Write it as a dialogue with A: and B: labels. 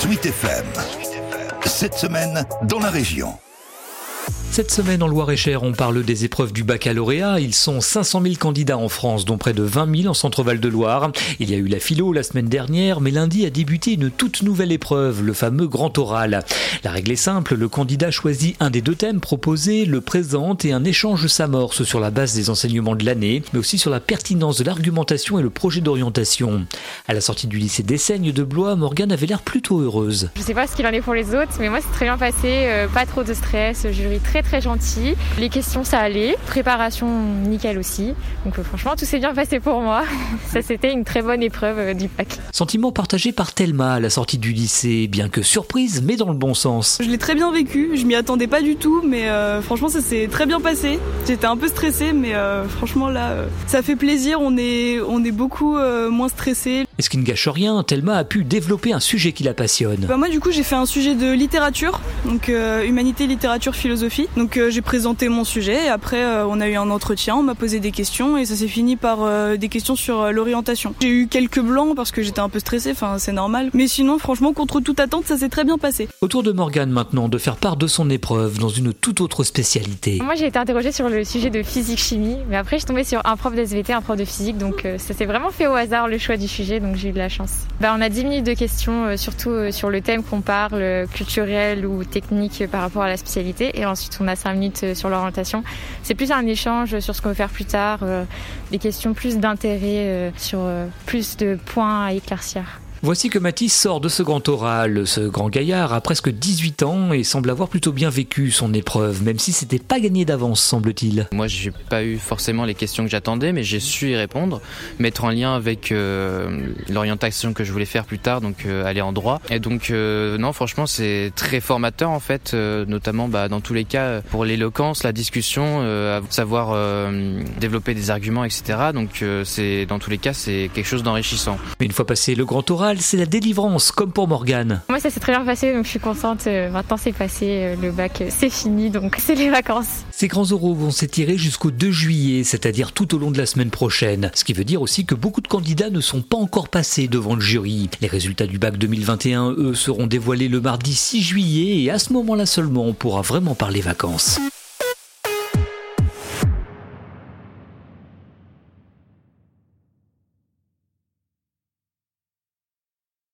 A: Sweet FM. Cette semaine, dans la région.
B: Cette semaine en Loir-et-Cher, on parle des épreuves du baccalauréat. Ils sont 500 000 candidats en France, dont près de 20 000 en Centre-Val de Loire. Il y a eu la philo la semaine dernière, mais lundi a débuté une toute nouvelle épreuve, le fameux grand oral. La règle est simple, le candidat choisit un des deux thèmes proposés, le présente et un échange s'amorce sur la base des enseignements de l'année, mais aussi sur la pertinence de l'argumentation et le projet d'orientation. À la sortie du lycée d'Esseignes de Blois, Morgane avait l'air plutôt heureuse.
C: Je sais pas ce qu'il en est pour les autres, mais moi c'est très bien passé, pas trop de stress, jury très gentil. Les questions ça allait, préparation nickel aussi. Donc franchement tout s'est bien passé pour moi. Ça c'était une très bonne épreuve du bac.
B: Sentiment partagé par Thelma à la sortie du lycée, bien que surprise mais dans le bon sens.
D: Je l'ai très bien vécu, je m'y attendais pas du tout, mais franchement ça s'est très bien passé. J'étais un peu stressée, mais franchement là ça fait plaisir, on est beaucoup moins stressé.
B: Et ce qui ne gâche rien, Thelma a pu développer un sujet qui la passionne.
D: Moi du coup j'ai fait un sujet de littérature, donc humanité, littérature, philosophie. Donc j'ai présenté mon sujet et après on a eu un entretien, on m'a posé des questions et ça s'est fini par des questions sur l'orientation. J'ai eu quelques blancs parce que j'étais un peu stressée, c'est normal. Mais sinon franchement contre toute attente ça s'est très bien passé.
B: Autour de Morgane maintenant de faire part de son épreuve dans une toute autre spécialité.
C: Moi j'ai été interrogée sur le sujet de physique-chimie, mais après je suis tombée sur un prof de SVT, un prof de physique, donc ça s'est vraiment fait au hasard le choix du sujet, donc j'ai eu de la chance. On a 10 minutes de questions, surtout sur le thème qu'on parle, culturel ou technique par rapport à la spécialité, et ensuite on a 5 minutes sur l'orientation. C'est plus un échange sur ce qu'on veut faire plus tard, des questions plus d'intérêt sur plus de points à éclaircir.
B: Voici que Mathis sort de ce grand oral. Ce grand gaillard a presque 18 ans et semble avoir plutôt bien vécu son épreuve, même si c'était pas gagné d'avance, semble-t-il.
E: Moi, j'ai pas eu forcément les questions que j'attendais, mais j'ai su y répondre, mettre en lien avec l'orientation que je voulais faire plus tard, donc aller en droit. Et donc, non, franchement, c'est très formateur en fait, notamment dans tous les cas pour l'éloquence, la discussion, savoir développer des arguments, etc. Donc, c'est dans tous les cas, c'est quelque chose d'enrichissant.
B: Mais une fois passé le grand oral, c'est la délivrance, comme pour Morgane.
C: Moi, ça s'est très bien passé, donc je suis contente. Maintenant, c'est passé, le bac, c'est fini, donc c'est les vacances.
B: Ces grands oraux vont s'étirer jusqu'au 2 juillet, c'est-à-dire tout au long de la semaine prochaine. Ce qui veut dire aussi que beaucoup de candidats ne sont pas encore passés devant le jury. Les résultats du bac 2021, eux, seront dévoilés le mardi 6 juillet et à ce moment-là seulement, on pourra vraiment parler vacances.